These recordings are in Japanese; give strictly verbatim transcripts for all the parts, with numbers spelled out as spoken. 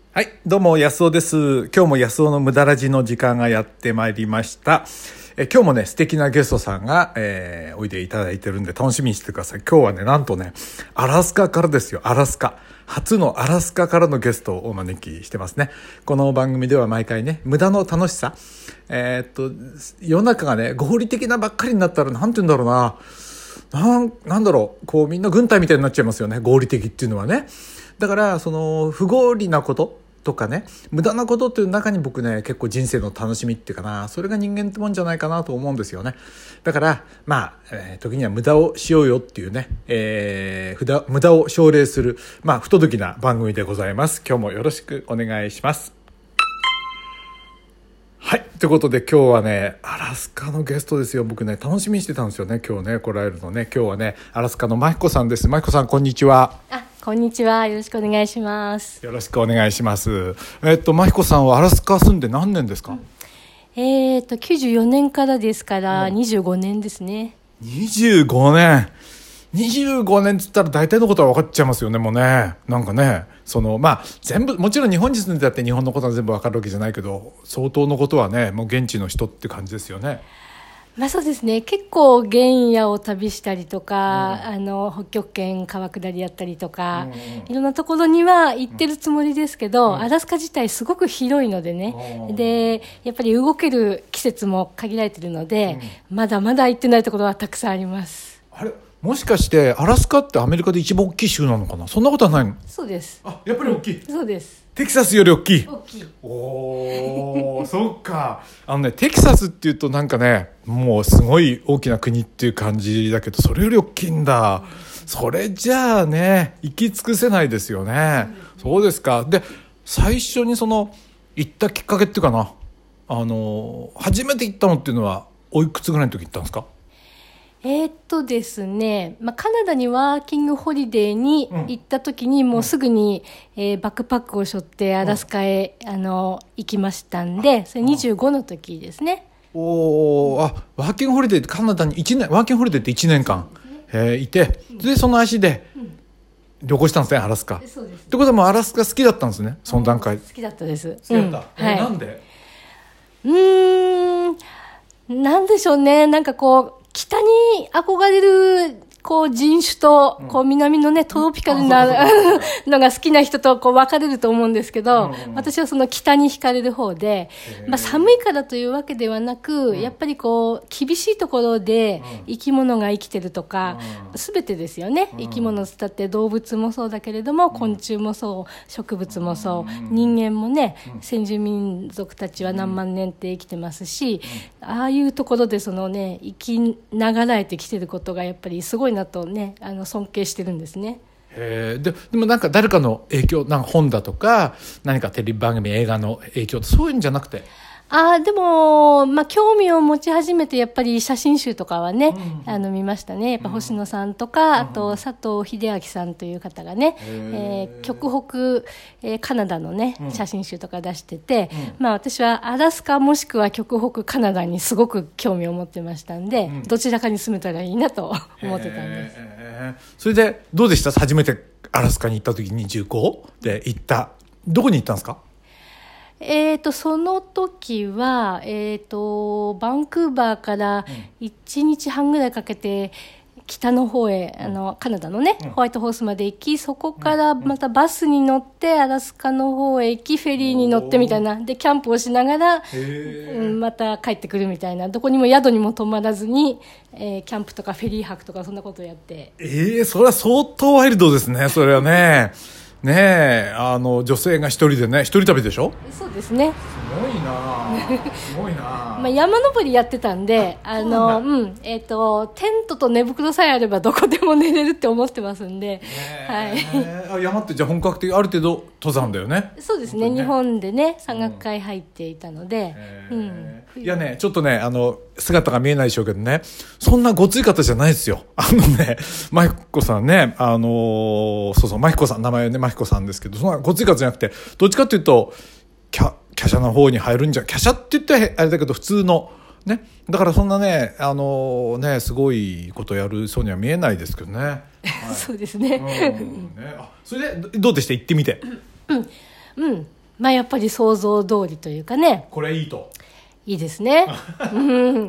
はい、どうも安尾です。今日も安尾の無駄ラジの時間がやってまいりました。え今日もね素敵なゲストさんが、えー、おいでいただいてるんで楽しみにしてください。今日はねなんとねアラスカからですよ。アラスカ初のアラスカからのゲストをお招きしてますね。この番組では毎回ね無駄の楽しさ、えー、っと世の中がね合理的なばっかりになったらなんて言うんだろうななん、なんだろうこうみんな軍隊みたいになっちゃいますよね。合理的っていうのはね。だからその不合理なこととかね無駄なことっていう中に僕ね結構人生の楽しみっていうかな、それが人間ってもんじゃないかなと思うんですよね。だからまあ、えー、時には無駄をしようよっていうね、えー、無駄を奨励するまあ不届きな番組でございます。今日もよろしくお願いします。はい、ということで今日はねアラスカのゲストですよ。僕ね楽しみにしてたんですよね今日ね来られるのね。今日はねアラスカのマヒコさんです。マヒコさんこんにちは。 あ、こんにちは。よろしくお願いします。 よろしくお願いします。えっとマヒコさんはアラスカ住んで何年ですか？うん、 えっときゅうじゅうよねんからですからにじゅうごねんですね。 にじゅうごねんにじゅうごねんっつったら大体のことは分かっちゃいますよね。もうねなんかねそのまあ全部もちろん日本に住んでたって日本のことは全部分かるわけじゃないけど相当のことはねもう現地の人って感じですよね。 まあそうですね。結構原野を旅したりとか、うん、あの北極圏川下りやったりとか、うんうん、いろんなところには行ってるつもりですけど、うん、アラスカ自体すごく広いのでね、うん、でやっぱり動ける季節も限られてるので、うん、まだまだ行ってないところはたくさんあります。 あれもしかしてアラスカってアメリカで一番大きい州なのかな？そんなことはないの？ そうです。 あ、やっぱり大きい。 そうです。 テキサスより大きい。 大きい。 おーそっか。あのねテキサスっていうとなんかねもうすごい大きな国っていう感じだけどそれより大きいんだ。それじゃあね行き尽くせないですよね。そうですか。で最初にその行ったきっかけっていうかな、あの初めて行ったのっていうのはおいくつぐらいの時行ったんですか？ えーっとですね、まあ、カナダにワーキングホリデーに行った時に、うん、もうすぐに、えー、バックパックを背負ってアラスカへ、うん、あの行きましたんで、それにじゅうごの時ですね。 おー、あ、ワーキングホリデーってカナダにいちねん、ワーキングホリデーっていちねんかん、えー、いて、でその足で旅行したんですね、アラスカ。そうです。ってことはもうアラスカ好きだったんですね、その段階。 好きだったです。 好きだった。うん、えー、 はい、 なんで？ うーん、なんでしょうね、なんかこう北に憧れるこう人種と、こう南のね、トロピカルなのが好きな人とこう分かれると思うんですけど、私はその北に惹かれる方で、まあ寒いからというわけではなく、やっぱりこう厳しいところで生き物が生きてるとか、すべてですよね。生き物だって動物もそうだけれども、昆虫もそう、植物もそう、人間もね、先住民族たちは何万年って生きてますし、ああいうところでそのね、生きながらえてきてることがやっぱりすごいなとね、あの尊敬してるんですね。 へで, でもなんか誰かの影響、なんか本だとか何かテレビ番組映画の影響そういうんじゃなくて、 あでも、まあ、興味を持ち始めてやっぱり写真集とかはね、うん、あの見ましたね。やっぱ星野さんとか、うん、あと佐藤秀明さんという方がね、えー、極北、えー、カナダのね、うん、写真集とか出してて、うん、まあ、私はアラスカもしくは極北カナダにすごく興味を持ってましたんで、うん、どちらかに住めたらいいなと思ってたんです。 それでどうでした？初めてアラスカに行った時にじゅうごで行った。どこに行ったんですか？ えーと、その時は、えーと、バンクーバーからいちにちはんぐらいかけて北の方へ、あの、カナダのね、うん、ホワイトホースまで行き、そこからまたバスに乗ってアラスカの方へ行き、フェリーに乗ってみたいな。で、キャンプをしながら、うん、また帰ってくるみたいな。どこにも宿にも泊まらずに、えー、キャンプとかフェリー泊とかそんなことをやって。 ええー、それは相当ワイルドですね、それはね。ねえ、あの女性が一人でね、一人旅でしょ？ そうですね。 すごいなすごいなまあ山登りやってたんで、あ, あのうん、えっ、ー、とテントと寝袋さえあればどこでも寝れるって思ってますんで、はい。 あ、山ってじゃあ本格的、ある程度登山だよね。 そうですね。日本でね山岳会入っていたので、うん。 いやね、ちょっとね、あの姿が見えないでしょうけどね、そんなごつい方じゃないですよ。あのね、マヒコさんね、あのー、そうそう、マヒコさん、名前はね、マヒコさんですけど、そんなごつい方じゃなくて、どっちかというと、キャ、華奢な方に入るんじゃ、華奢って言ったらあれだけど、普通の、ね、だからそんなね、あのー、ね、すごいことやるそうには見えないですけどね。はい、 そうですね。 うん、ね。あ、それで、どうでした？行ってみて。 うん。うん。 まあやっぱり想像通りというかね。 これいいと。 いいですね。うん、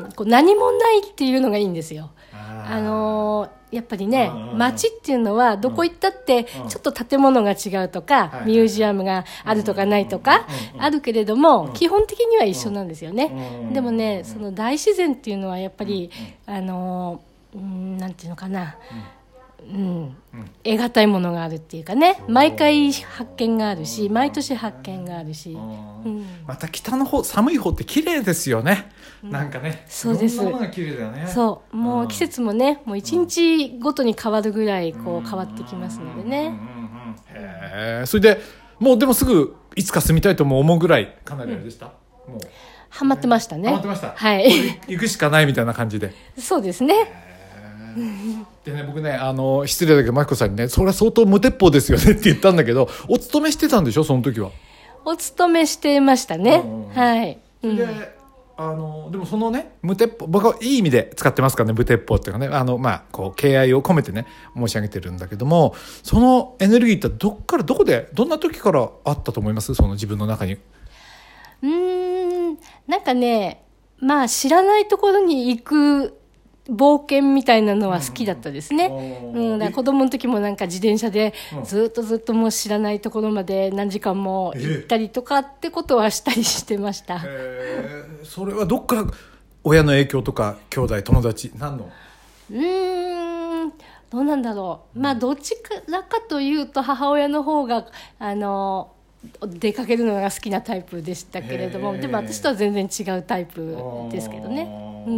こう何もないっていうのがいいんですよ。 ああのーやっぱりね、 うん街っていうのはどこ行ったってちょっと建物が違うとか、 はいミュージアムがあるとかないとかあるけれども、基本的には一緒なんですよね。でもね、その大自然っていうのはやっぱり、あのー、うんなんていうのかな、うん得難いものがあるっていうかね、毎回発見があるし、毎年発見があるし、うん、 また北の方、寒い方って綺麗ですよね。なんかね、 そうです。 いろんなものが綺麗だよね。 そうもう季節もね、もう一日ごとに変わるぐらいこう変わってきますのでね。 へえ。それでもうでもすぐいつか住みたいとも思うぐらいかなりあれでした。もうハマってましたね。 ハマってました。 はい。 行くしかないみたいな感じで。 そうですね。 でね、僕ね、あの失礼だけどマキコさんにね、それは相当無鉄砲ですよねって言ったんだけど、お勤めしてたんでしょ、その時は。 お勤めしてましたね。はい。 うん、で、あのでもそのね、無鉄砲、僕はいい意味で使ってますからね、無鉄砲っていうかね、あのまあこう敬愛を込めてね申し上げてるんだけども、そのエネルギーってどっからどこでどんな時からあったと思います？その自分の中に。 うーん、なんかね、まあ知らないところに行く冒険みたいなのは好きだったですね。うん、うん、だから子供の時もなんか自転車でずっとずっともう知らないところまで何時間も行ったりとかってことはしたりしてました。 えー、それはどっから親の影響とか兄弟友達何の？ うーん、どうなんだろう。まあどっちからかというと母親の方があの出かけるのが好きなタイプでしたけれども、でも私とは全然違うタイプですけどね。うん、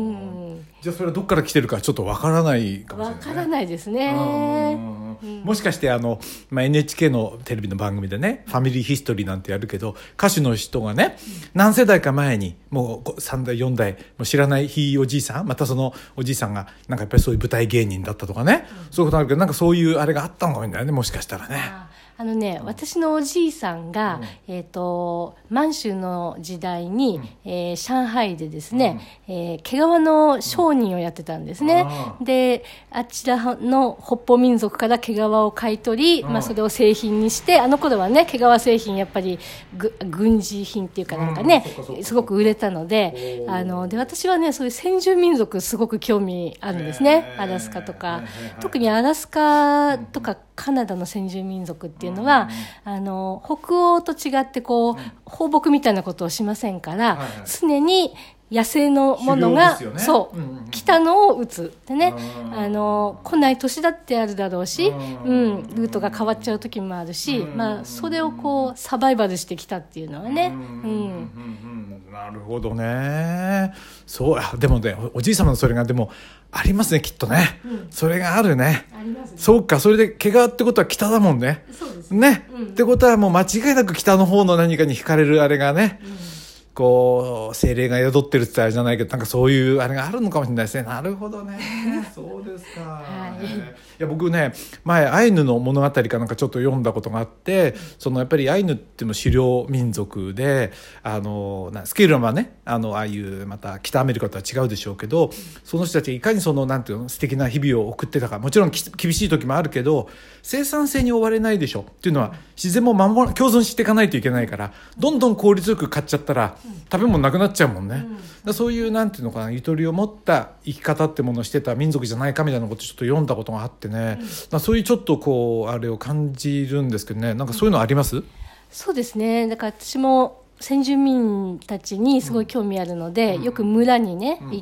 じゃあそれはどっから来てるかちょっとわからないかもしれない、ね、 わからないですね。 うん、もしかしてあの、まあ、エヌエイチケー のテレビの番組でね、ファミリーヒストリーなんてやるけど、歌手の人がね、何世代か前にもうさん代よん代もう知らないひいおじいさん、またそのおじいさんがなんかやっぱりそういう舞台芸人だったとかね、うん、そういうことあるけど、なんかそういうあれがあったのかもしれないね、もしかしたらね。 あのね、私のおじいさんが、うん、えーと、満州の時代に、うんえー、上海でですね、うんえー、毛皮の商人をやってたんですね、うん、であちらの北方民族から毛皮を買い取り、うんまあ、それを製品にして、あの頃はね毛皮製品やっぱりぐ軍事品っていうかなんかね、うん、すごく売れたので、あので私はねそういう先住民族すごく興味あるんですね、アラスカとか、特にアラスカとかカナダの先住民族っていうのは、うん、あの北欧と違ってこう、うん、放牧みたいなことをしませんから、はいはい、常に野生のものが、ね、そう、うんうんうん、来たのを撃つでね、あの来ない年だってあるだろうし、うん、ルートが変わっちゃう時もあるし、まあ、それをこうサバイバルしてきたっていうのはね、うんうんうん、なるほどね。そうや、でもね、おじい様のそれがでもありますね、きっとね、うん、それがあるね。ありますね。そうか、それで毛皮ってことは北だもんね。そうですね、うん、ってことはもう間違いなく北の方の何かに惹かれるあれがね、うん、こう精霊が宿ってるってあれじゃないけど、なんかそういうあれがあるのかもしれないですね。なるほどね。そうですか、はい、いや僕ね、前アイヌの物語かなんかちょっと読んだことがあって、そのやっぱりアイヌっていうのは狩猟民族で、あのスケールはね、あのああいうまた北アメリカとは違うでしょうけど、その人たちがいかにそのなんていうの素敵な日々を送ってたか、もちろん厳しい時もあるけど生産性に追われないでしょっていうのは、自然も守ら共存していかないといけないから、どんどん効率よく買っちゃったら食べ物なくなっちゃうもんね、うん、だそういうなんていうのかな、ゆとりを持った生き方ってものをしてた民族じゃないかみたいなことをちょっと読んだことがあってね、うん、そういうちょっとこうあれを感じるんですけどね、なんかそういうのあります？うん、そうですね。 だから私も先住民たちにすごい興味あるので、うん、よく村にね、うん、行って、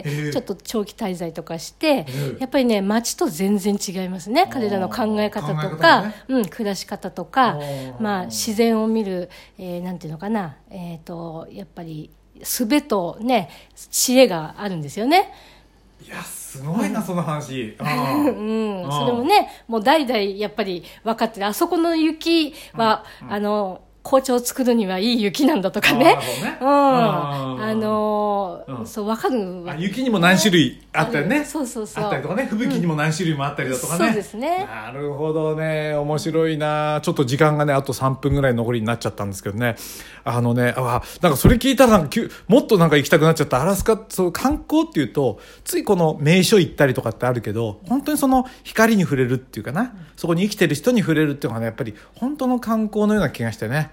えー、ちょっと長期滞在とかして、えー、やっぱりね町と全然違いますね、彼らの考え方とか、ね、うん、暮らし方とか、まあ、自然を見る、えー、なんていうのかな、えーと、やっぱり術とね知恵があるんですよね。 いやすごいな、うん、その話、うんうん、それもねもう代々やっぱり分かってる。あそこの雪は、うんうん、あの紅茶を作るにはいい雪なんだとかね、あ、うん、あのーうん、そう分かる。 あ、雪にも何種類あったりね、 そうそうそう、 あったりとかね、吹雪にも何種類もあったりだとかね、 うん、そうですね。 なるほどね、面白いな。ちょっと時間がねあとさんぷんぐらい残りになっちゃったんですけどね、あのね、あ、なんかそれ聞いたらなんかもっとなんか行きたくなっちゃった。アラスカ、そう観光っていうとついこの名所行ったりとかってあるけど、本当にその光に触れるっていうかな、そこに生きてる人に触れるっていうのがね、やっぱり本当の観光のような気がしてね、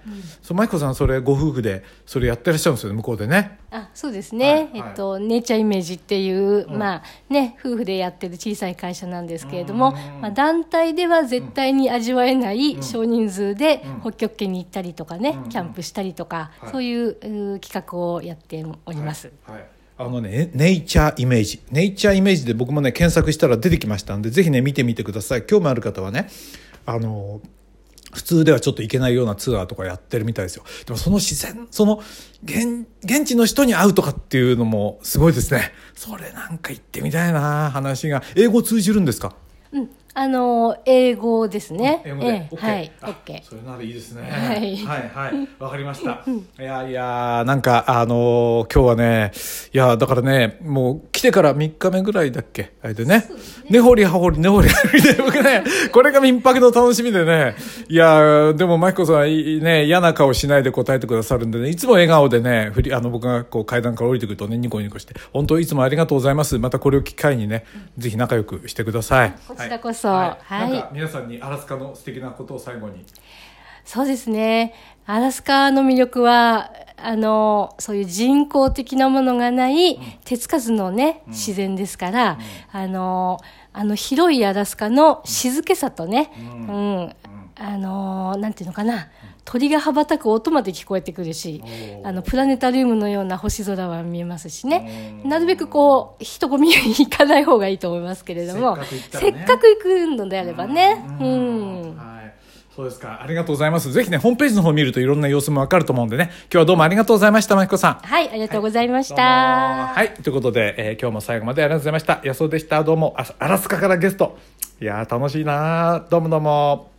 そうマイコさんそれご夫婦でそれやってらっしゃるんですよね向こうでね。 あ、そうですね、 はいはいえっと、ネイチャーイメージっていう、 うんまあね、夫婦でやってる小さい会社なんですけれども、まあ、団体では絶対に味わえない少人数で北極圏に行ったりとかね、 うんキャンプしたりとか、 はいそういううー企画をやっております。 はいはいあのね、ネイチャーイメージネイチャーイメージで僕もね検索したら出てきましたんで、ぜひね見てみてください。興味ある方はね、あの普通ではちょっと行けないようなツアーとかやってるみたいですよ。でもその自然その 現, 現地の人に会うとかっていうのもすごいですね。それなんか行ってみたいな。話が英語通じるんですか？ うん、あの英語ですね。 英語で、 ええ OK はい、 あ OK。 それならいいですね。 はいはいはいわかりました。いやいやなんかあのー今日はね、いやだからねもう来てからみっかめぐらいだっけあれでね、根掘り葉掘り根掘り葉掘りで僕ねこれが民泊の楽しみでね、いやでもマキコさんはいね嫌な顔しないで答えてくださるんでね、いつも笑顔でね振りあの僕がこう階段から降りてくるとねニコニコして本当いつもありがとうございます。またこれを機会にねぜひ仲良くしてください。 こちらこそ、 はいはいなんか皆さんにアラスカの素敵なことを最後に。 そうですね。アラスカの魅力は、あの、そういう人工的なものがない、手つかずのね、 うん、 自然ですから、うん、あの、あの広いアラスカの静けさとね、うん、うん、あの、なんていうのかな、鳥が羽ばたく音まで聞こえてくるし、あのプラネタリウムのような星空は見えますしね、なるべくこう人混みに行かない方がいいと思いますけれども、せっかく行くのであればね、うん、 はい、そうですか、ありがとうございます。ぜひねホームページの方を見るといろんな様子もわかると思うんでね、今日はどうもありがとうございました。まきこさん。 はい、ありがとうございました。 はい、はい、ということで、えー、今日も最後までありがとうございました。安尾でした。どうも。あアラスカからゲスト、いやー楽しいな。どうもどうも。